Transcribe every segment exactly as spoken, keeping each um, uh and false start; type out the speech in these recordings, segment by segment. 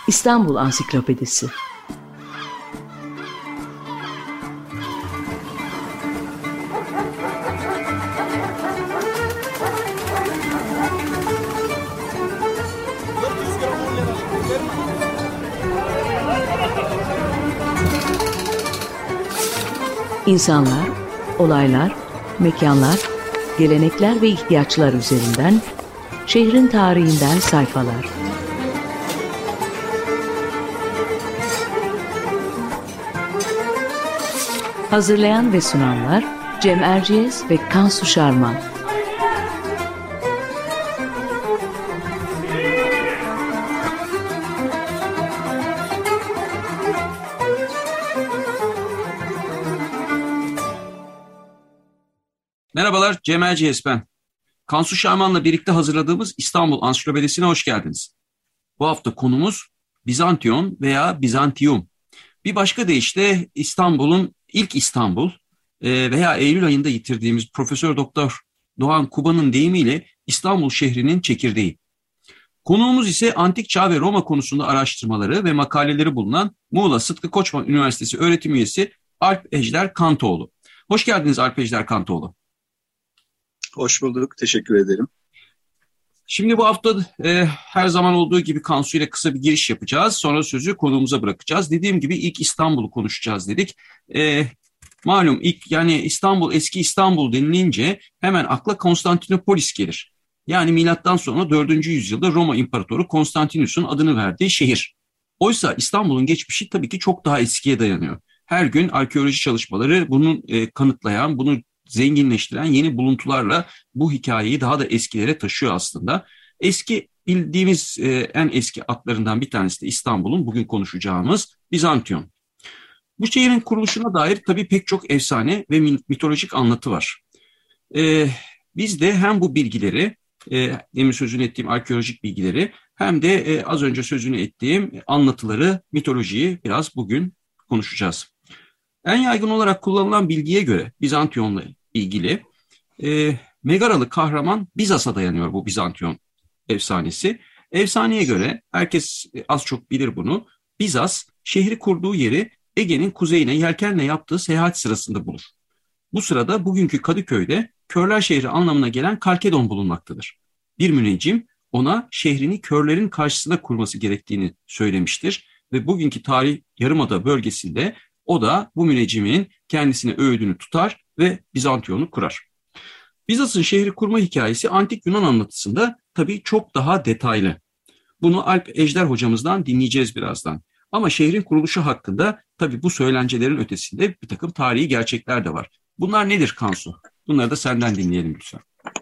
İstanbul Ansiklopedisi. İnsanlar, olaylar, mekanlar, gelenekler ve ihtiyaçlar üzerinden şehrin tarihinden sayfalar. Hazırlayan ve sunanlar Cem Erciyes ve Kansu Şarman. Merhabalar, Cem Erciyes ben. Kansu Şarman'la birlikte hazırladığımız İstanbul Ansiklopedisi'ne hoş geldiniz. Bu hafta konumuz Bizantiyon veya Bizantiyum. Bir başka deyişle İstanbul'un ilk İstanbul veya Eylül ayında yitirdiğimiz Profesör Doktor Doğan Kuba'nın deyimiyle İstanbul şehrinin çekirdeği. Konuğumuz ise Antik Çağ ve Roma konusunda araştırmaları ve makaleleri bulunan Muğla Sıtkı Koçman Üniversitesi öğretim üyesi Alp Ejder Kantoğlu. Hoş geldiniz Alp Ejder Kantoğlu. Hoş bulduk, teşekkür ederim. Şimdi bu hafta e, her zaman olduğu gibi Kansu ile kısa bir giriş yapacağız. Sonra sözü konuğumuza bırakacağız. Dediğim gibi ilk İstanbul'u konuşacağız dedik. E, malum ilk yani İstanbul, eski İstanbul denilince hemen akla Konstantinopolis gelir. Yani milattan sonra dördüncü yüzyılda Roma İmparatoru Konstantinus'un adını verdiği şehir. Oysa İstanbul'un geçmişi tabii ki çok daha eskiye dayanıyor. Her gün arkeoloji çalışmaları bunu e, kanıtlayan, bunu zenginleştiren yeni buluntularla bu hikayeyi daha da eskilere taşıyor aslında. Eski bildiğimiz e, en eski adlarından bir tanesi de İstanbul'un bugün konuşacağımız Bizantiyon. Bu şehrin kuruluşuna dair tabii pek çok efsane ve mitolojik anlatı var. E, biz de hem bu bilgileri, e, demin sözünü ettiğim arkeolojik bilgileri hem de e, az önce sözünü ettiğim anlatıları, mitolojiyi biraz bugün konuşacağız. En yaygın olarak kullanılan bilgiye göre Bizantiyon'la ilgili e, Megaralı kahraman Bizas'a dayanıyor bu Bizantiyon efsanesi. Efsaneye göre herkes az çok bilir bunu. Bizas şehri kurduğu yeri Ege'nin kuzeyine yelkenle yaptığı seyahat sırasında bulur. Bu sırada bugünkü Kadıköy'de körler şehri anlamına gelen Kalkedon bulunmaktadır. Bir müneccim ona şehrini körlerin karşısında kurması gerektiğini söylemiştir ve bugünkü tarih Yarımada bölgesinde o da bu müneccimin kendisine öğüdünü tutar ve Bizantiyon'u kurar. Bizas'ın şehri kurma hikayesi antik Yunan anlatısında tabii çok daha detaylı. Bunu Alp Ejder hocamızdan dinleyeceğiz birazdan. Ama şehrin kuruluşu hakkında tabii bu söylencelerin ötesinde bir takım tarihi gerçekler de var. Bunlar nedir Kansu? Bunları da senden dinleyelim lütfen.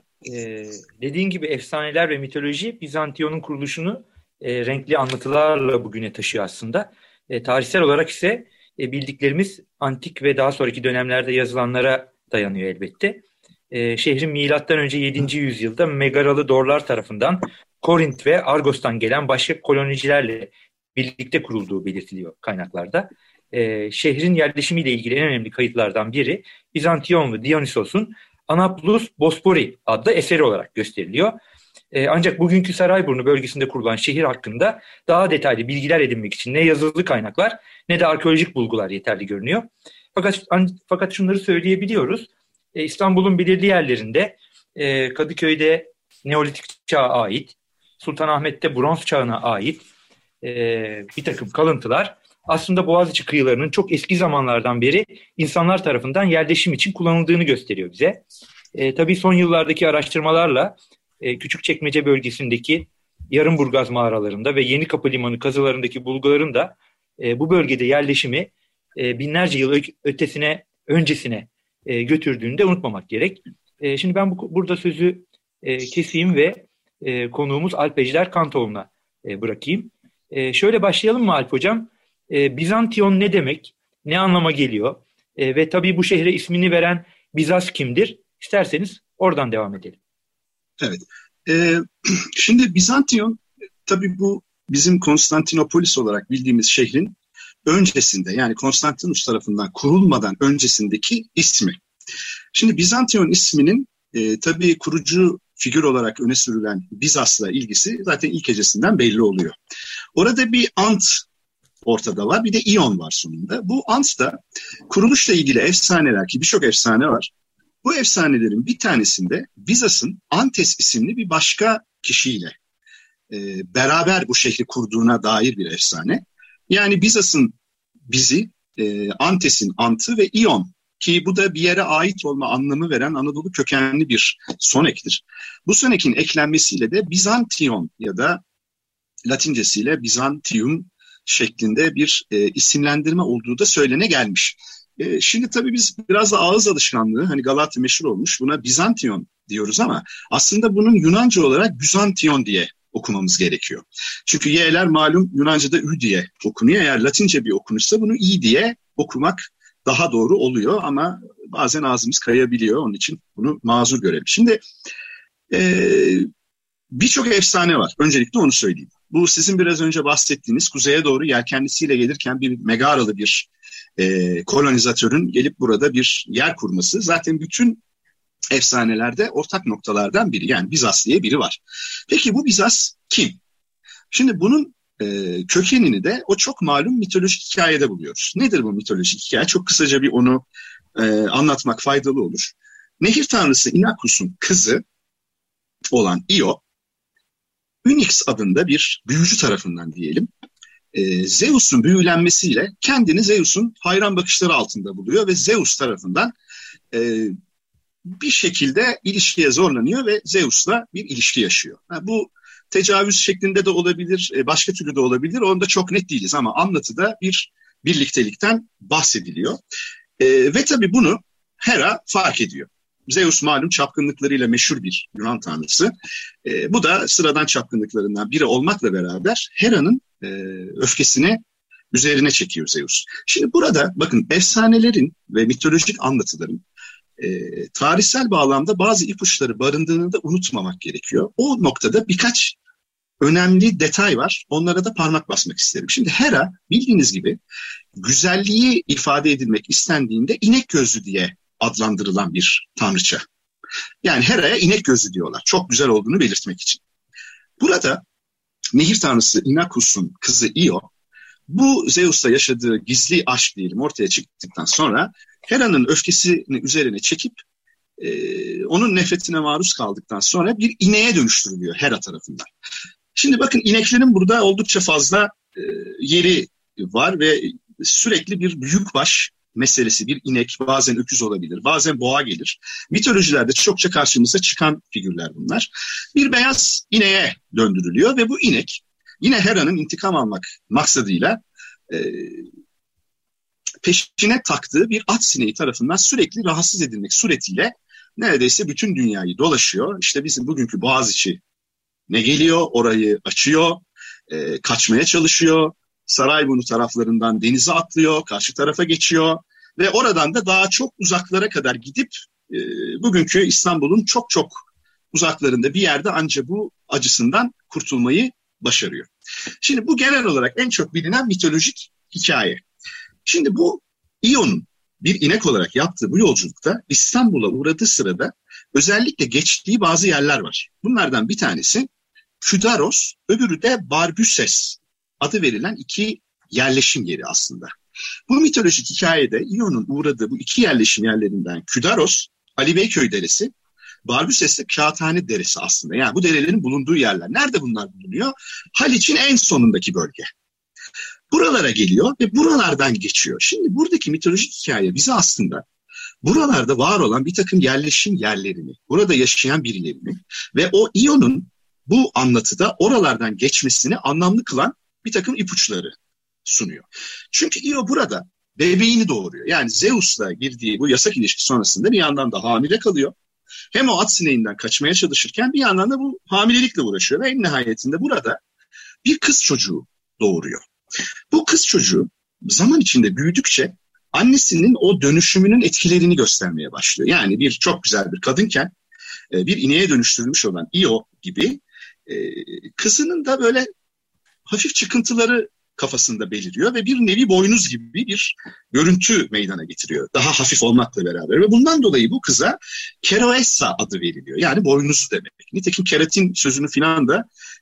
Ee, dediğin gibi efsaneler ve mitoloji Bizantiyon'un kuruluşunu e, renkli anlatılarla bugüne taşıyor aslında. E, tarihsel olarak ise E, bildiklerimiz antik ve daha sonraki dönemlerde yazılanlara dayanıyor elbette. E, şehrin milattan önce yedinci yüzyılda Megaralı Dorlar tarafından Korint ve Argos'tan gelen başka kolonicilerle birlikte kurulduğu belirtiliyor kaynaklarda. E, şehrin yerleşimiyle ilgili en önemli kayıtlardan biri Bizantiyonlu Dionysos'un Anaplus Bospori adlı eseri olarak gösteriliyor. E, ancak bugünkü Sarayburnu bölgesinde kurulan şehir hakkında daha detaylı bilgiler edinmek için ne yazılı kaynaklar ne de arkeolojik bulgular yeterli görünüyor. Fakat fakat şunları söyleyebiliyoruz. E, İstanbul'un belirli yerlerinde e, Kadıköy'de Neolitik çağa ait, Sultanahmet'te Bronz çağına ait e, bir takım kalıntılar aslında Boğaziçi kıyılarının çok eski zamanlardan beri insanlar tarafından yerleşim için kullanıldığını gösteriyor bize. E, tabii son yıllardaki araştırmalarla Küçükçekmece bölgesindeki Yarımburgaz mağaralarında ve Yenikapı Limanı kazılarındaki bulguların da e, bu bölgede yerleşimi e, binlerce yıl ötesine, öncesine e, götürdüğünü de unutmamak gerek. E, şimdi ben bu, burada sözü e, keseyim ve e, konuğumuz Alp Ejder Kantoğlu'na e, bırakayım. E, şöyle başlayalım mı Alp Hocam? E, Bizantiyon ne demek? Ne anlama geliyor? E, ve tabii bu şehre ismini veren Bizas kimdir? İsterseniz oradan devam edelim. Evet. Ee, şimdi Bizantiyon tabii bu bizim Konstantinopolis olarak bildiğimiz şehrin öncesinde, yani Konstantinus tarafından kurulmadan öncesindeki ismi. Şimdi Bizantiyon isminin e, tabii kurucu figür olarak öne sürülen Bizas'la ilgisi zaten ilk hecesinden belli oluyor. Orada bir ant ortada var, bir de ion var sonunda. Bu ant da kuruluşla ilgili efsaneler, ki birçok efsane var. Bu efsanelerin bir tanesinde Bizas'ın Antes isimli bir başka kişiyle e, beraber bu şehri kurduğuna dair bir efsane. Yani Bizas'ın bizi, e, Antes'in antı ve ion, ki bu da bir yere ait olma anlamı veren Anadolu kökenli bir sonektir. Bu sonekin eklenmesiyle de Bizantion ya da Latincesiyle Bizantium şeklinde bir e, isimlendirme olduğu da söylene gelmiş. E, şimdi tabii biz biraz da ağız alışkanlığı, hani Galata meşhur olmuş, buna Bizantion diyoruz ama aslında bunun Yunanca olarak Byzantion diye okumamız gerekiyor. Çünkü y'ler malum Yunanca'da ü diye okunuyor. Eğer Latince bir okunursa bunu i diye okumak daha doğru oluyor ama bazen ağzımız kayabiliyor. Onun için bunu mazur görelim. Şimdi e, birçok efsane var. Öncelikle onu söyleyeyim. Bu sizin biraz önce bahsettiğiniz kuzeye doğru yelkenlisiyle gelirken bir Megaralı bir e, kolonizatörün gelip burada bir yer kurması zaten bütün efsanelerde ortak noktalardan biri. Yani Bizas diye biri var. Peki bu Bizas kim? Şimdi bunun e, kökenini de o çok malum mitolojik hikayede buluyoruz. Nedir bu mitolojik hikaye? Çok kısaca bir onu e, anlatmak faydalı olur. Nehir tanrısı Inachus'un kızı olan Io, Onyx adında bir büyücü tarafından diyelim, e, Zeus'un büyülenmesiyle kendini Zeus'un hayran bakışları altında buluyor ve Zeus tarafından e, bir şekilde ilişkiye zorlanıyor ve Zeus'la bir ilişki yaşıyor. Yani bu tecavüz şeklinde de olabilir, başka türlü de olabilir. Onda çok net değiliz ama anlatıda bir birliktelikten bahsediliyor. E, ve tabii bunu Hera fark ediyor. Zeus malum çapkınlıklarıyla meşhur bir Yunan tanrısı. E, bu da sıradan çapkınlıklarından biri olmakla beraber Hera'nın e, öfkesini üzerine çekiyor Zeus. Şimdi burada bakın efsanelerin ve mitolojik anlatıların e, tarihsel bağlamda bazı ipuçları barındığını da unutmamak gerekiyor. O noktada birkaç önemli detay var. Onlara da parmak basmak isterim. Şimdi Hera bildiğiniz gibi güzelliği ifade edilmek istendiğinde inek gözlü diye adlandırılan bir tanrıça. Yani Hera'ya inek gözlü diyorlar. Çok güzel olduğunu belirtmek için. Burada nehir tanrısı Inachus'un kızı Io, bu Zeus'la yaşadığı gizli aşk diyelim ortaya çıktıktan sonra Hera'nın öfkesini üzerine çekip e, onun nefretine maruz kaldıktan sonra bir ineğe dönüştürülüyor Hera tarafından. Şimdi bakın ineklerin burada oldukça fazla e, yeri var ve sürekli bir büyükbaş meselesi, bir inek, bazen öküz olabilir, bazen boğa gelir. Mitolojilerde çokça karşımıza çıkan figürler bunlar. Bir beyaz ineğe döndürülüyor ve bu inek yine Hera'nın intikam almak maksadıyla e, peşine taktığı bir at sineği tarafından sürekli rahatsız edilmek suretiyle neredeyse bütün dünyayı dolaşıyor. İşte bizim bugünkü Boğaziçi ne geliyor, orayı açıyor, e, kaçmaya çalışıyor. Sarayburnu taraflarından denize atlıyor, karşı tarafa geçiyor ve oradan da daha çok uzaklara kadar gidip e, bugünkü İstanbul'un çok çok uzaklarında bir yerde ancak bu acısından kurtulmayı başarıyor. Şimdi bu genel olarak en çok bilinen mitolojik hikaye. Şimdi bu Io'nun bir inek olarak yaptığı bu yolculukta İstanbul'a uğradığı sırada özellikle geçtiği bazı yerler var. Bunlardan bir tanesi Küdaros, öbürü de Barbüses adı verilen iki yerleşim yeri aslında. Bu mitolojik hikayede Io'nun uğradığı bu iki yerleşim yerlerinden Küdaros, Ali Beyköy Deresi, Barbüses de Kağıthane Deresi aslında. Yani bu derelerin bulunduğu yerler. Nerede bunlar bulunuyor? Haliç'in en sonundaki bölge. Buralara geliyor ve buralardan geçiyor. Şimdi buradaki mitolojik hikaye bize aslında buralarda var olan bir takım yerleşim yerlerini, burada yaşayan birilerini ve o Io'nun bu anlatıda oralardan geçmesini anlamlı kılan bir takım ipuçları sunuyor. Çünkü Io burada bebeğini doğuruyor. Yani Zeus'la girdiği bu yasak ilişki sonrasında bir yandan da hamile kalıyor. Hem o at sineğinden kaçmaya çalışırken bir yandan da bu hamilelikle uğraşıyor ve en nihayetinde burada bir kız çocuğu doğuruyor. Bu kız çocuğu zaman içinde büyüdükçe annesinin o dönüşümünün etkilerini göstermeye başlıyor. Yani bir çok güzel bir kadınken bir ineğe dönüştürülmüş olan Io gibi kızının da böyle hafif çıkıntıları kafasında beliriyor ve bir nevi boynuz gibi bir görüntü meydana getiriyor. Daha hafif olmakla beraber ve bundan dolayı bu kıza Keroessa adı veriliyor. Yani boynuz demek. Nitekim keratin sözünü filan da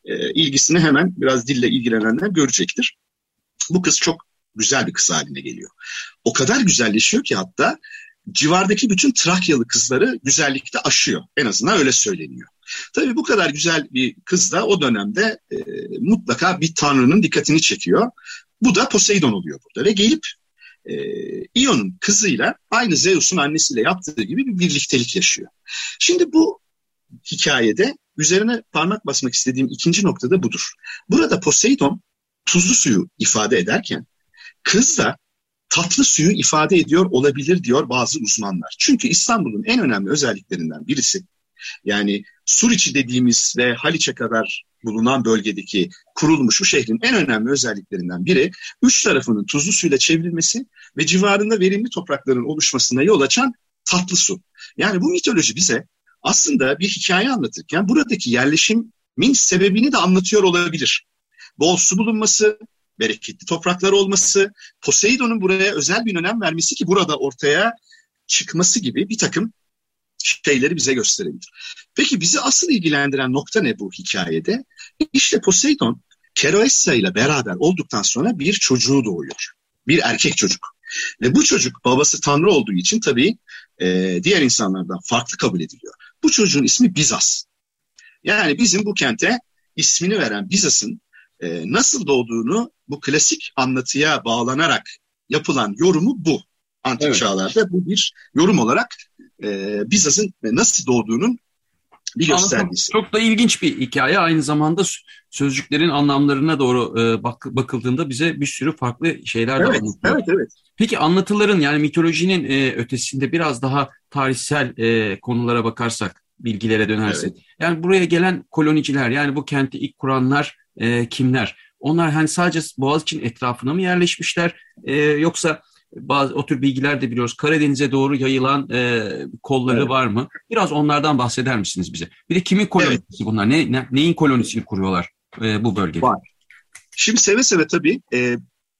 e, ilgisini hemen biraz dille ilgilenenler görecektir. Bu kız çok güzel bir kız haline geliyor. O kadar güzelleşiyor ki hatta civardaki bütün Trakyalı kızları güzellikte aşıyor. En azından öyle söyleniyor. Tabii bu kadar güzel bir kız da o dönemde e, mutlaka bir tanrının dikkatini çekiyor. Bu da Poseidon oluyor burada ve gelip e, Ion'un kızıyla aynı Zeus'un annesiyle yaptığı gibi bir birliktelik yaşıyor. Şimdi bu hikayede üzerine parmak basmak istediğim ikinci nokta da budur. Burada Poseidon tuzlu suyu ifade ederken kız da tatlı suyu ifade ediyor olabilir diyor bazı uzmanlar. Çünkü İstanbul'un en önemli özelliklerinden birisi, yani Suriçi dediğimiz ve Haliç'e kadar bulunan bölgedeki kurulmuş bu şehrin en önemli özelliklerinden biri üç tarafının tuzlu suyla çevrilmesi ve civarında verimli toprakların oluşmasına yol açan tatlı su. Yani bu mitoloji bize aslında bir hikaye anlatırken buradaki yerleşimin sebebini de anlatıyor olabilir. Bol su bulunması, bereketli topraklar olması, Poseidon'un buraya özel bir önem vermesi ki burada ortaya çıkması gibi bir takım şeyleri bize gösterebilir. Peki bizi asıl ilgilendiren nokta ne bu hikayede? İşte Poseidon, Keroessa ile beraber olduktan sonra bir çocuğu doğuyor. Bir erkek çocuk. Ve bu çocuk babası tanrı olduğu için tabii e, diğer insanlardan farklı kabul ediliyor. Bu çocuğun ismi Bizas. Yani bizim bu kente ismini veren Bizas'ın e, nasıl doğduğunu bu klasik anlatıya bağlanarak yapılan yorumu bu. Antik evet. çağlarda bu bir yorum olarak e, Bizas'ın nasıl doğduğunun bir göstergesi. Çok da ilginç bir hikaye. Aynı zamanda sözcüklerin anlamlarına doğru e, bak, bakıldığında bize bir sürü farklı şeyler de evet, anlatıyor. Evet, evet. Peki anlatıların yani mitolojinin e, ötesinde biraz daha tarihsel e, konulara bakarsak, bilgilere dönersek. Evet. Yani buraya gelen koloniciler, yani bu kenti ilk kuranlar e, kimler? Onlar hani sadece Boğaziçi'nin etrafına mı yerleşmişler? E, yoksa bazı o tür bilgiler de biliyoruz. Karadeniz'e doğru yayılan e, kolları evet. var mı? Biraz onlardan bahseder misiniz bize? Bir de kimin kolonisi evet. bunlar? Ne, ne, neyin kolonisini kuruyorlar e, bu bölgede? Var. Şimdi seve seve tabii. E,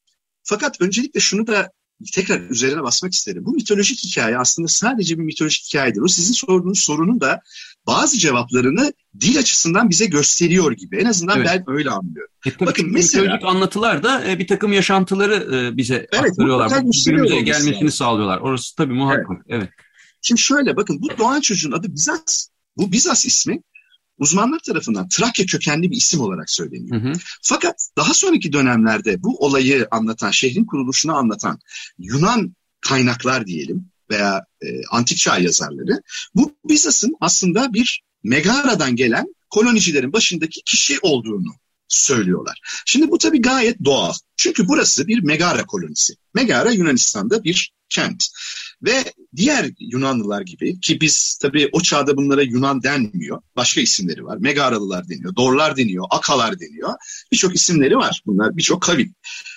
fakat öncelikle şunu da tekrar üzerine basmak isterim. Bu mitolojik hikaye aslında sadece bir mitolojik hikayedir. O sizin sorduğunuz sorunun da bazı cevaplarını dil açısından bize gösteriyor gibi. En azından evet. ben öyle anlıyorum. E, Bakın mesela mitolojik anlatılar da e, bir takım yaşantıları e, bize evet, aktarıyorlar. Günümüze gelmesini yani. sağlıyorlar. Orası tabii muhakkak. Evet. evet. Şimdi şöyle bakın, bu doğan çocuğun adı Bizas. Bu Bizas ismi uzmanlar tarafından Trakya kökenli bir isim olarak söyleniyor. Hı hı. Fakat daha sonraki dönemlerde bu olayı anlatan, şehrin kuruluşunu anlatan Yunan kaynaklar diyelim veya e, antik çağ yazarları bu Bizas'ın aslında bir Megara'dan gelen kolonicilerin başındaki kişi olduğunu söylüyorlar. Şimdi bu tabii gayet doğal. Çünkü burası bir Megara kolonisi. Megara Yunanistan'da bir kent. Ve diğer Yunanlılar gibi, ki biz tabii o çağda bunlara Yunan denmiyor. Başka isimleri var. Megaralılar deniyor, Dorlar deniyor, Akalar deniyor. Birçok isimleri var. Bunlar birçok kavim.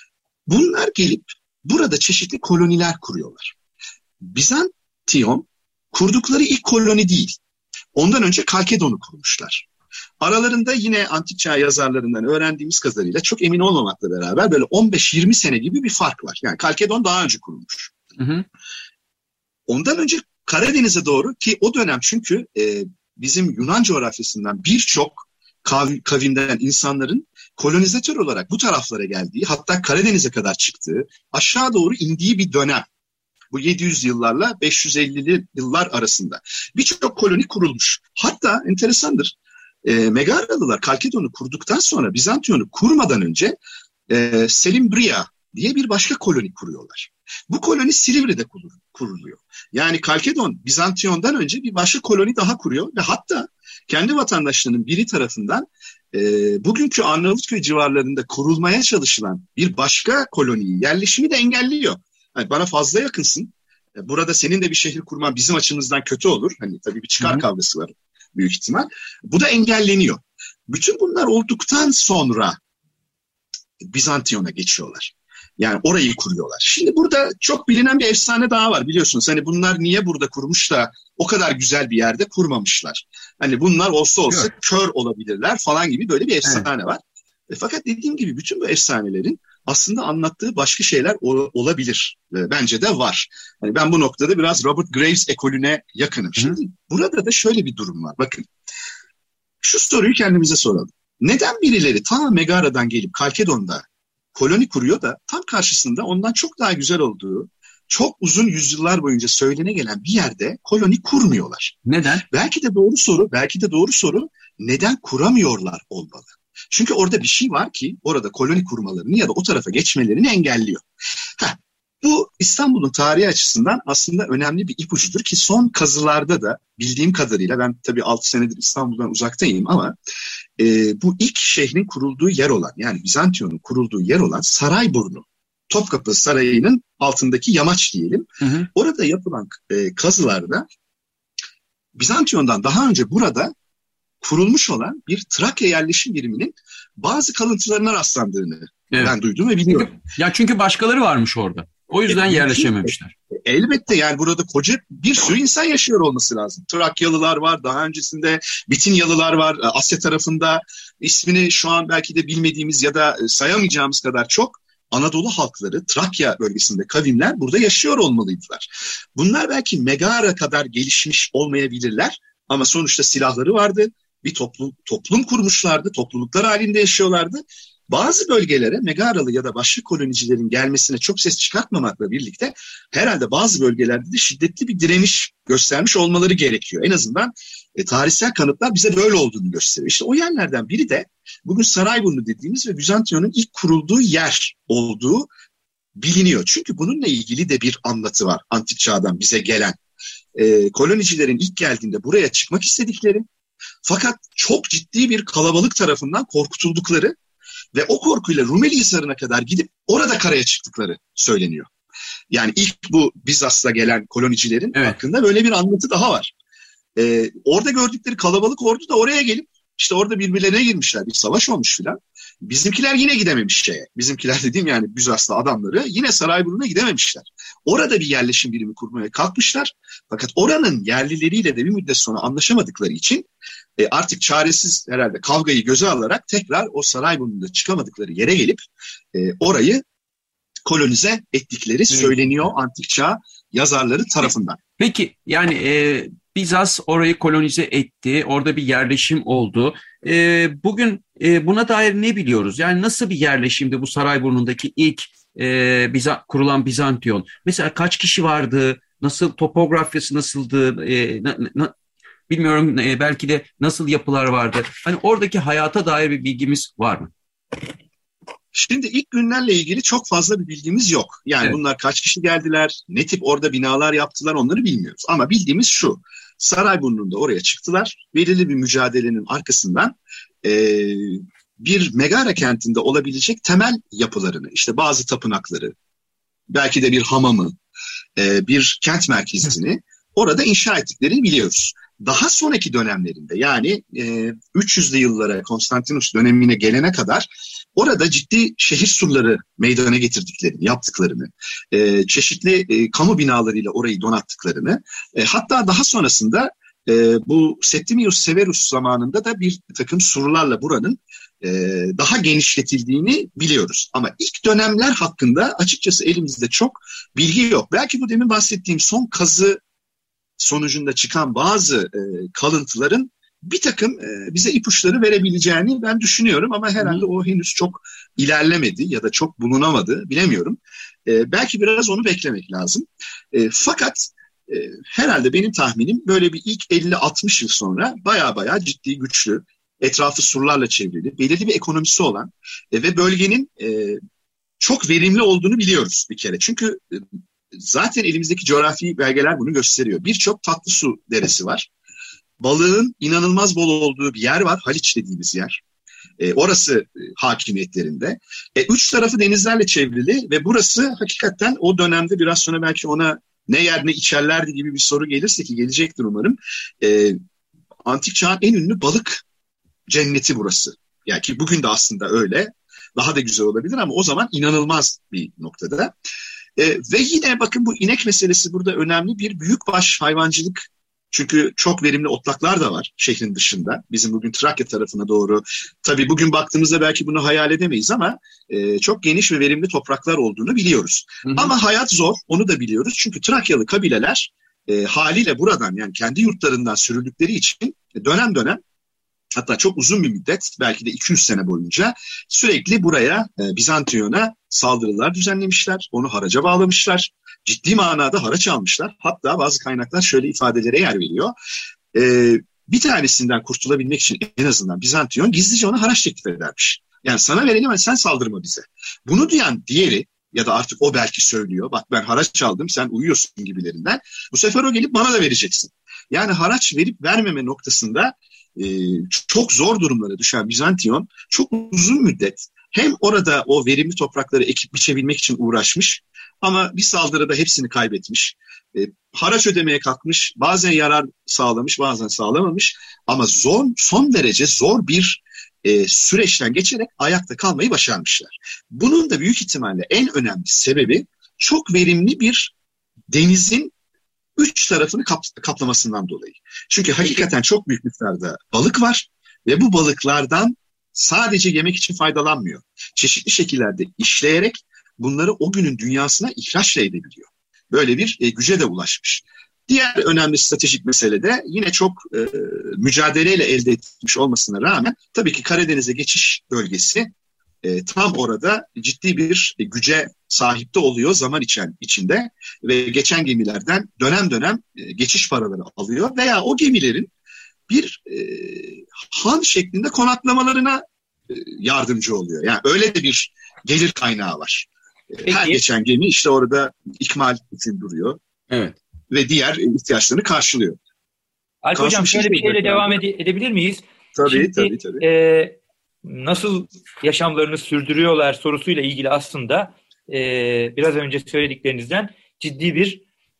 Bunlar gelip burada çeşitli koloniler kuruyorlar. Bizantiyon kurdukları ilk koloni değil. Ondan önce Kalkedon'u kurmuşlar. Aralarında yine antik çağ yazarlarından öğrendiğimiz kadarıyla çok emin olmamakla beraber böyle on beş yirmi sene gibi bir fark var. Yani Kalkedon daha önce kurulmuş. Hı hı. Ondan önce Karadeniz'e doğru, ki o dönem çünkü e, bizim Yunan coğrafyasından birçok kav- kavimden insanların kolonizatör olarak bu taraflara geldiği, hatta Karadeniz'e kadar çıktığı, aşağı doğru indiği bir dönem. Bu yedi yüz yıllarla beş yüz ellili yıllar arasında birçok koloni kurulmuş. Hatta enteresandır. E, Megaralılar Kalkedon'u kurduktan sonra Bizantiyon'u kurmadan önce e, Selimbria diye bir başka koloni kuruyorlar. Bu koloni Silivri'de kuruluyor. Yani Kalkedon Bizantiyon'dan önce bir başka koloni daha kuruyor ve hatta kendi vatandaşlarının biri tarafından e, bugünkü Arnavutköy civarlarında kurulmaya çalışılan bir başka koloniyi, yerleşimi de engelliyor. Yani bana fazla yakınsın. E, burada senin de bir şehir kurman bizim açımızdan kötü olur. Hani tabii bir çıkar Hı-hı. kavgası var büyük ihtimal. Bu da engelleniyor. Bütün bunlar olduktan sonra Bizantiyon'a geçiyorlar. Yani orayı kuruyorlar. Şimdi burada çok bilinen bir efsane daha var biliyorsunuz. Hani bunlar niye burada kurmuş da o kadar güzel bir yerde kurmamışlar. Hani bunlar olsa olsa evet. kör olabilirler falan gibi böyle bir efsane evet. var. E, fakat dediğim gibi bütün bu efsanelerin aslında anlattığı başka şeyler o, olabilir. E, bence de var. Hani ben bu noktada biraz Robert Graves ekolüne yakınım. Şimdi Hı. burada da şöyle bir durum var. Bakın şu soruyu kendimize soralım. Neden birileri ta Megara'dan gelip Kalkedon'da koloni kuruyor da tam karşısında ondan çok daha güzel olduğu, çok uzun yüzyıllar boyunca söylene gelen bir yerde koloni kurmuyorlar? Neden? Belki de doğru soru, belki de doğru soru neden kuramıyorlar olmalı. Çünkü orada bir şey var ki orada koloni kurmalarını ya da o tarafa geçmelerini engelliyor. Heh, bu İstanbul'un tarihi açısından aslında önemli bir ipucudur ki son kazılarda da bildiğim kadarıyla, ben tabii altı senedir İstanbul'dan uzaktayım ama e, bu ilk şehrin kurulduğu yer olan, yani Bizantiyon'un kurulduğu yer olan Sarayburnu, Topkapı Sarayı'nın altındaki yamaç diyelim. Hı hı. Orada yapılan e, kazılarda Bizantiyon'dan daha önce burada kurulmuş olan bir Trakya yerleşim biriminin bazı kalıntılarına rastlandığını evet. ben duydum ve biliyorum. Çünkü, ya çünkü başkaları varmış orada. O yüzden e, yerleşememişler. Elbette, yani burada koca bir sürü insan yaşıyor olması lazım. Trakyalılar var, daha öncesinde Bitinyalılar var, Asya tarafında ismini şu an belki de bilmediğimiz ya da sayamayacağımız kadar çok Anadolu halkları, Trakya bölgesinde kavimler burada yaşıyor olmalıydılar. Bunlar belki Megara kadar gelişmiş olmayabilirler ama sonuçta silahları vardı. Bir toplum, toplum kurmuşlardı, topluluklar halinde yaşıyorlardı. Bazı bölgelere Megaralı ya da başka kolonicilerin gelmesine çok ses çıkartmamakla birlikte herhalde bazı bölgelerde de şiddetli bir direniş göstermiş olmaları gerekiyor. En azından e, tarihsel kanıtlar bize böyle olduğunu gösteriyor. İşte o yerlerden biri de bugün Sarayburnu dediğimiz ve Bizantiyon'un ilk kurulduğu yer olduğu biliniyor. Çünkü bununla ilgili de bir anlatı var antik çağdan bize gelen. E, kolonicilerin ilk geldiğinde buraya çıkmak istedikleri, fakat çok ciddi bir kalabalık tarafından korkutuldukları ve o korkuyla Rumeli Hisarı'na kadar gidip orada karaya çıktıkları söyleniyor. Yani ilk bu Bizans'ta gelen kolonicilerin evet. hakkında böyle bir anlatı daha var. Ee, orada gördükleri kalabalık ordu da oraya gelip işte orada birbirlerine girmişler. Bir savaş olmuş filan. Bizimkiler yine gidememiş şeye. Bizimkiler dediğim yani Bizanslı adamları yine Sarayburnu'na gidememişler. Orada bir yerleşim birimi kurmaya kalkmışlar. Fakat oranın yerlileriyle de bir müddet sonra anlaşamadıkları için e, artık çaresiz herhalde kavgayı göze alarak tekrar o Sarayburnu'nda çıkamadıkları yere gelip e, orayı kolonize ettikleri söyleniyor antik çağ yazarları tarafından. Peki yani e, Bizans orayı kolonize etti, orada bir yerleşim oldu. E, bugün e, buna dair ne biliyoruz? Yani nasıl bir yerleşimdi bu Sarayburnu'ndaki ilk e, Bizans, kurulan Bizantiyon? Mesela kaç kişi vardı? Nasıl topografyası nasıldı? E, na, na, bilmiyorum e, belki de nasıl yapılar vardı? Hani oradaki hayata dair bir bilgimiz var mı? Şimdi ilk günlerle ilgili çok fazla bir bilgimiz yok. Yani evet. bunlar kaç kişi geldiler, ne tip orada binalar yaptılar onları bilmiyoruz. Ama bildiğimiz şu, Sarayburnu'nda oraya çıktılar. Belirli bir mücadelenin arkasından e, bir Megara kentinde olabilecek temel yapılarını, işte bazı tapınakları, belki de bir hamamı, e, bir kent merkezini orada inşa ettiklerini biliyoruz. Daha sonraki dönemlerinde yani e, üç yüzlü yıllara, Konstantinus dönemine gelene kadar orada ciddi şehir surları meydana getirdiklerini, yaptıklarını, e, çeşitli e, kamu binalarıyla orayı donattıklarını, e, hatta daha sonrasında e, bu Septimius Severus zamanında da bir takım surlarla buranın e, daha genişletildiğini biliyoruz. Ama ilk dönemler hakkında açıkçası elimizde çok bilgi yok. Belki bu demin bahsettiğim son kazı sonucunda çıkan bazı e, kalıntıların bir takım e, bize ipuçları verebileceğini ben düşünüyorum ama herhalde o henüz çok ilerlemedi ya da çok bulunamadı, bilemiyorum. E, belki biraz onu beklemek lazım. E, fakat e, herhalde benim tahminim böyle bir ilk elli altmış yıl sonra baya baya ciddi, güçlü, etrafı surlarla çevrili, belirli bir ekonomisi olan e, ve bölgenin e, çok verimli olduğunu biliyoruz bir kere. Çünkü e, zaten elimizdeki coğrafi belgeler bunu gösteriyor. Birçok tatlı su deresi var. Balığın inanılmaz bol olduğu bir yer var. Haliç dediğimiz yer. E, orası e, hakimiyetlerinde. E, üç tarafı denizlerle çevrili ve burası hakikaten o dönemde biraz sonra belki ona ne yer ne içerlerdi gibi bir soru gelirse ki gelecektir umarım. E, antik çağın en ünlü balık cenneti burası. Yani ki bugün de aslında öyle. Daha da güzel olabilir ama o zaman inanılmaz bir noktada. E, ve yine bakın bu inek meselesi burada önemli bir büyükbaş hayvancılık. Çünkü çok verimli otlaklar da var şehrin dışında. Bizim bugün Trakya tarafına doğru. Tabii bugün baktığımızda belki bunu hayal edemeyiz ama e, çok geniş ve verimli topraklar olduğunu biliyoruz. Hı hı. Ama hayat zor, onu da biliyoruz. Çünkü Trakyalı kabileler e, haliyle buradan yani kendi yurtlarından sürüldükleri için dönem dönem hatta çok uzun bir müddet, belki de iki yüz sene boyunca sürekli buraya e, Bizantiyon'a saldırılar düzenlemişler. Onu haraca bağlamışlar. Ciddi manada haraç almışlar. Hatta bazı kaynaklar şöyle ifadelere yer veriyor. E, bir tanesinden kurtulabilmek için en azından Bizantiyon gizlice ona haraç teklif edermiş. Yani sana verelim ama sen saldırma bize. Bunu duyan diğeri, ya da artık o belki söylüyor, bak ben haraç aldım sen uyuyorsun gibilerinden. Bu sefer o gelip bana da vereceksin. Yani haraç verip vermeme noktasında e, çok zor durumlara düşen Bizantiyon çok uzun müddet hem orada o verimli toprakları ekip biçebilmek için uğraşmış ama bir saldırıda hepsini kaybetmiş. E, haraç ödemeye kalkmış, bazen yarar sağlamış, bazen sağlamamış ama zor, son derece zor bir e, süreçten geçerek ayakta kalmayı başarmışlar. Bunun da büyük ihtimalle en önemli sebebi çok verimli bir denizin üç tarafını kap- kaplamasından dolayı. Çünkü hakikaten çok büyük miktarda balık var ve bu balıklardan sadece yemek için faydalanmıyor. Çeşitli şekillerde işleyerek bunları o günün dünyasına ihraç edebiliyor. Böyle bir e, güce de ulaşmış. Diğer önemli stratejik mesele de yine çok e, mücadeleyle elde etmiş olmasına rağmen tabii ki Karadeniz'e geçiş bölgesi e, tam orada ciddi bir e, güce sahipte oluyor zaman içen, içinde ve geçen gemilerden dönem dönem e, geçiş paraları alıyor veya o gemilerin bir e, han şeklinde konaklamalarına e, yardımcı oluyor. Yani öyle de bir gelir kaynağı var. E, her geçen gemi işte orada ikmal için duruyor. Evet. Ve diğer ihtiyaçlarını karşılıyor. Alp Hocam şöyle bir şeyle devam ede- edebilir miyiz? Tabii Şimdi, tabii tabii. E, nasıl yaşamlarını sürdürüyorlar sorusuyla ilgili aslında e, biraz önce söylediklerinizden ciddi bir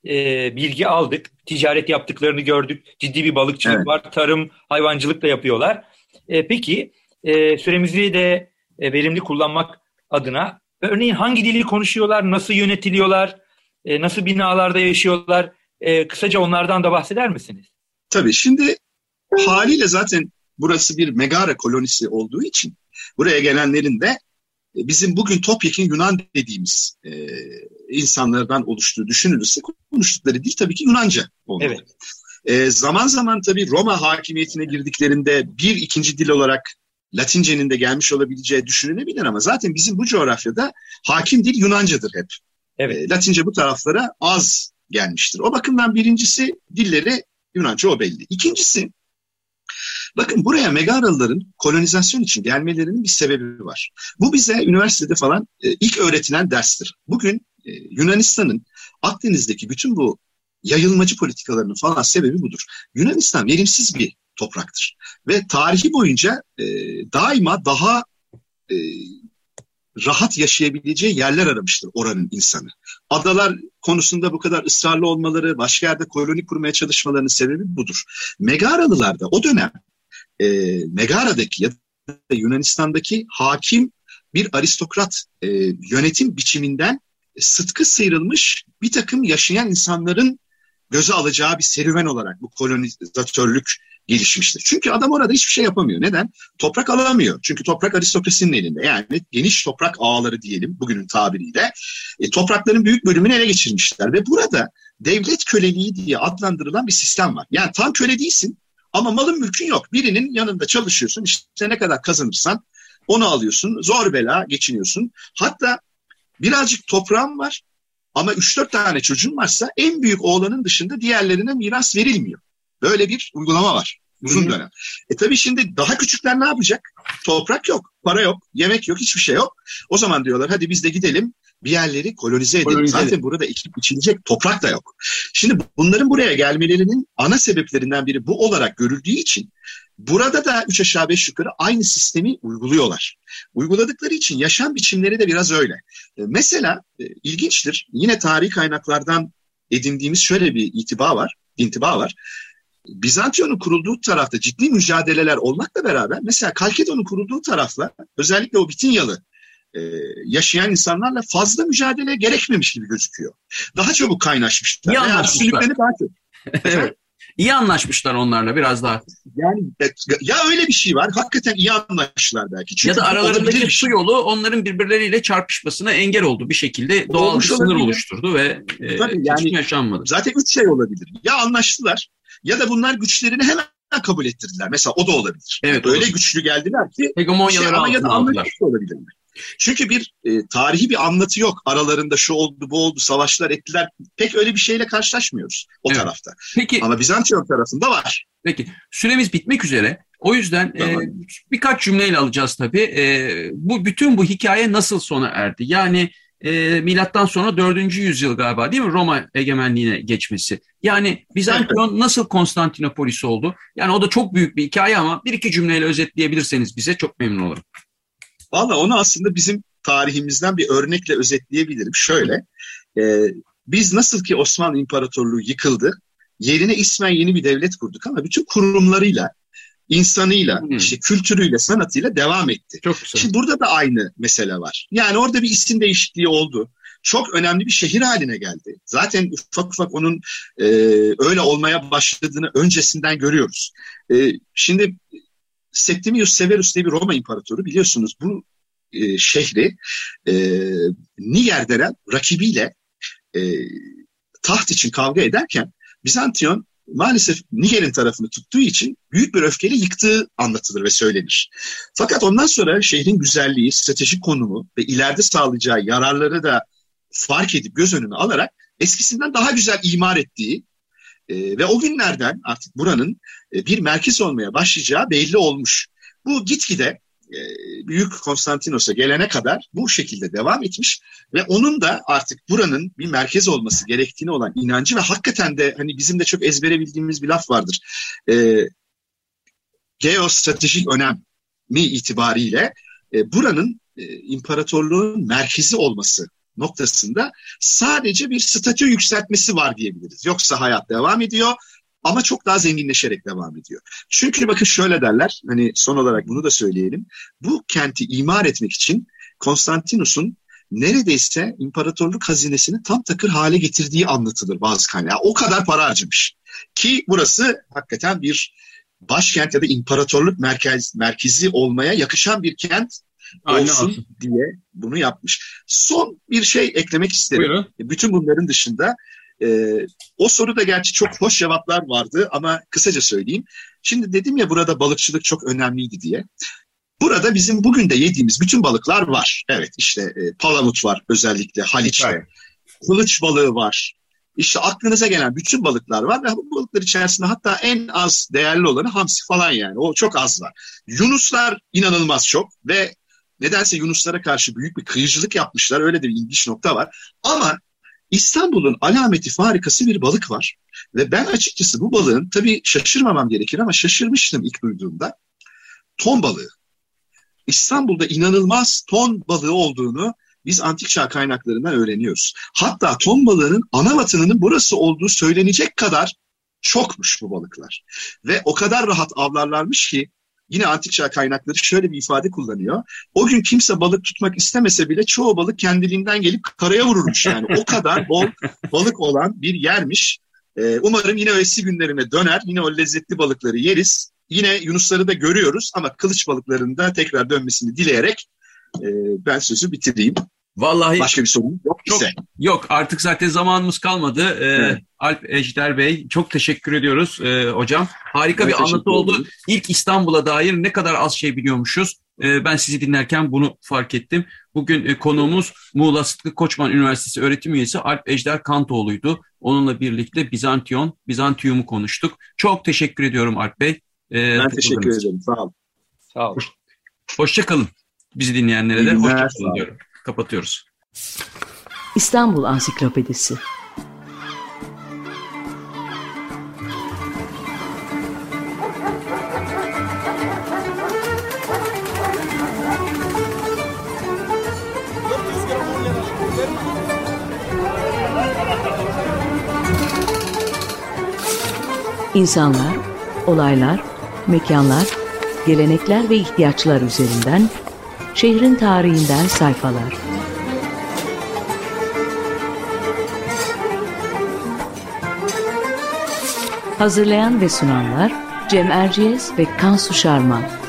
e, bilgi aldık. Ticaret yaptıklarını gördük. Ciddi bir balıkçılık evet. var. Tarım, hayvancılıkla yapıyorlar. E, peki e, süremizi de e, verimli kullanmak adına örneğin hangi dili konuşuyorlar, nasıl yönetiliyorlar, e, nasıl binalarda yaşıyorlar? E, kısaca onlardan da bahseder misiniz? Tabii şimdi haliyle zaten burası bir Megara kolonisi olduğu için buraya gelenlerin de bizim bugün topyekun Yunan dediğimiz e, insanlardan oluştuğu düşünülürse konuştukları dil tabii ki Yunanca olmalı. Evet. E, zaman zaman tabii Roma hakimiyetine girdiklerinde bir ikinci dil olarak Latince'nin de gelmiş olabileceği düşünülebilir ama zaten bizim bu coğrafyada hakim dil Yunancadır hep. Evet. E, Latince bu taraflara az gelmiştir. O bakımdan birincisi dilleri Yunanca o belli. İkincisi bakın buraya Megaralıların kolonizasyon için gelmelerinin bir sebebi var. Bu bize üniversitede falan e, ilk öğretilen derstir. Bugün e, Yunanistan'ın Akdeniz'deki bütün bu yayılmacı politikalarının falan sebebi budur. Yunanistan verimsiz bir topraktır. Ve tarihi boyunca e, daima daha e, rahat yaşayabileceği yerler aramıştır oranın insanı. Adalar konusunda bu kadar ısrarlı olmaları, başka yerde koloni kurmaya çalışmalarının sebebi budur. Megaralılar da o dönem e, Megara'daki ya da Yunanistan'daki hakim bir aristokrat e, yönetim biçiminden sıtkı sıyrılmış bir takım yaşayan insanların göze alacağı bir serüven olarak bu kolonizatörlük gelişmiştir. Çünkü adam orada hiçbir şey yapamıyor. Neden? Toprak alamıyor. Çünkü toprak aristokrasinin elinde. Yani geniş toprak ağları diyelim bugünün tabiriyle. E, toprakların büyük bölümünü ele geçirmişler. Ve burada devlet köleliği diye adlandırılan bir sistem var. Yani tam köle değilsin ama malın mülkün yok. Birinin yanında çalışıyorsun. İşte ne kadar kazanırsan onu alıyorsun. Zor bela geçiniyorsun. Hatta birazcık toprağın var ama üç dört tane çocuğun varsa en büyük oğlanın dışında diğerlerine miras verilmiyor. Böyle bir uygulama var uzun dönem. E tabii şimdi daha küçükler ne yapacak? Toprak yok, para yok, yemek yok, hiçbir şey yok. O zaman diyorlar hadi biz de gidelim bir yerleri kolonize edelim. Kolonize Zaten edelim. Burada ekip içilecek toprak da yok. Şimdi bunların buraya gelmelerinin ana sebeplerinden biri bu olarak görüldüğü için burada da üç aşağı beş yukarı aynı sistemi uyguluyorlar. Uyguladıkları için yaşam biçimleri de biraz öyle. E mesela e, ilginçtir. Yine tarihi kaynaklardan edindiğimiz şöyle bir itiba var, intiba var. Bizantiyon'un kurulduğu tarafta ciddi mücadeleler olmakla beraber mesela Kalkedon'un kurulduğu tarafla özellikle o Bitinyalı e, yaşayan insanlarla fazla mücadele gerekmemiş gibi gözüküyor. Daha çabuk kaynaşmışlar. İyi anlaşmışlar. Daha çok. Evet. İyi anlaşmışlar onlarla biraz daha. Yani ya öyle bir şey var. Hakikaten iyi anlaştılar belki. Çünkü ya da aralarındaki su yolu onların birbirleriyle çarpışmasına engel oldu. Bir şekilde doğal Olmuş bir sınır olabilir. oluşturdu ve e, Tabii, yani, hiç yaşanmadı. Zaten üç şey olabilir. Ya anlaştılar ya da bunlar güçlerini hemen kabul ettirdiler. Mesela o da olabilir. Evet, öyle olabilir. Güçlü geldiler ki hegemonyaları şey, ama ya da altına aldılar. anlaşmış olabilir mi? Çünkü bir e, tarihi bir anlatı yok. Aralarında şu oldu, bu oldu, savaşlar ettiler. Pek öyle bir şeyle karşılaşmıyoruz o Evet. tarafta. Peki, ama Bizantiyon tarafında var. Peki, süremiz bitmek üzere. O yüzden Tamam. e, birkaç cümleyle alacağız tabii. E, bu bütün bu hikaye nasıl sona erdi? Yani e, milattan sonra dördüncü yüzyıl galiba, değil mi? Roma egemenliğine geçmesi. Yani Bizantiyon nasıl Konstantinopolis oldu? Yani o da çok büyük bir hikaye ama bir iki cümleyle özetleyebilirseniz bize çok memnun olurum. Valla onu aslında bizim tarihimizden bir örnekle özetleyebilirim. Şöyle, e, biz nasıl ki Osmanlı İmparatorluğu yıkıldı, yerine ismen yeni bir devlet kurduk ama bütün kurumlarıyla, insanıyla, hmm. işte kültürüyle, sanatıyla devam etti. Çok güzel. Şimdi burada da aynı mesele var. Yani orada bir isim değişikliği oldu. Çok önemli bir şehir haline geldi. Zaten ufak ufak onun e, öyle olmaya başladığını öncesinden görüyoruz. E, şimdi Septimius Severus diye bir Roma İmparatoru, biliyorsunuz bu e, şehri e, Niger denen rakibiyle e, taht için kavga ederken Bizantiyon maalesef Niger'in tarafını tuttuğu için büyük bir öfkeyle yıktığı anlatılır ve söylenir. Fakat ondan sonra şehrin güzelliği, stratejik konumu ve ileride sağlayacağı yararları da fark edip göz önüne alarak eskisinden daha güzel imar ettiği e, ve o günlerden artık buranın e, bir merkez olmaya başlayacağı belli olmuş. Bu gitgide e, Büyük Konstantinos'a gelene kadar bu şekilde devam etmiş ve onun da artık buranın bir merkez olması gerektiğine olan inancı ve hakikaten de hani bizim de çok ezbere bildiğimiz bir laf vardır. E, geostratejik önemi itibariyle e, buranın e, imparatorluğun merkezi olması noktasında sadece bir statü yükseltmesi var diyebiliriz. Yoksa hayat devam ediyor ama çok daha zenginleşerek devam ediyor. Çünkü bakın şöyle derler, hani son olarak bunu da söyleyelim. Bu kenti imar etmek için Konstantinus'un neredeyse imparatorluk hazinesini tam takır hale getirdiği anlatılır bazı kaynaklar. O kadar para harcamış. Ki burası hakikaten bir başkent ya da imparatorluk merkez, merkezi olmaya yakışan bir kent olsun Aynen. diye bunu yapmış. Son bir şey eklemek isterim. Buyurun. Bütün bunların dışında e, o soruda gerçi çok hoş cevaplar vardı ama kısaca söyleyeyim. Şimdi dedim ya burada balıkçılık çok önemliydi diye. Burada bizim bugün de yediğimiz bütün balıklar var. Evet, işte e, palamut var özellikle Haliç'te. Evet. Kılıç balığı var. İşte aklınıza gelen bütün balıklar var ve bu balıklar içerisinde hatta en az değerli olanı hamsi falan, yani o çok az var. Yunuslar inanılmaz çok ve nedense Yunuslara karşı büyük bir kıyıcılık yapmışlar. Öyle de bir ilginç nokta var. Ama İstanbul'un alameti farikası bir balık var. Ve ben açıkçası bu balığın, tabii şaşırmamam gerekir ama şaşırmıştım ilk duyduğumda. Ton balığı. İstanbul'da inanılmaz ton balığı olduğunu biz antik çağ kaynaklarından öğreniyoruz. Hatta ton balığının ana vatanının burası olduğu söylenecek kadar çokmuş bu balıklar. Ve o kadar rahat avlarlarmış ki yine antik çağ kaynakları şöyle bir ifade kullanıyor. O gün kimse balık tutmak istemese bile çoğu balık kendiliğinden gelip karaya vururmuş. Yani o kadar bol balık olan bir yermiş. Ee, umarım yine eski günlerine döner. Yine o lezzetli balıkları yeriz. Yine yunusları da görüyoruz ama kılıç balıklarının da tekrar dönmesini dileyerek e, ben sözü bitireyim. Vallahi başka bir sorun yok çok, ise. Yok artık zaten zamanımız kalmadı. Ee, evet. Alp Ejder Bey çok teşekkür ediyoruz e, hocam. Harika ben bir anlatı oldu. İlk İstanbul'a dair ne kadar az şey biliyormuşuz. E, ben sizi dinlerken bunu fark ettim. Bugün e, konuğumuz Muğla Sıtkı Koçman Üniversitesi öğretim üyesi Alp Ejder Kantoğlu'ydu. Onunla birlikte Bizantiyon, Bizantiyum'u konuştuk. Çok teşekkür ediyorum Alp Bey. E, ben teşekkür ederim. Sağ olun. Sağ olun. Hoşça kalın. Bizi dinleyenlere de hoşça kalın diyorum. Kapatıyoruz. İstanbul Ansiklopedisi. İnsanlar, olaylar, mekanlar, gelenekler ve ihtiyaçlar üzerinden şehrin tarihinden sayfalar. Hazırlayan ve sunanlar Cem Erciyes ve Kansu Şarman.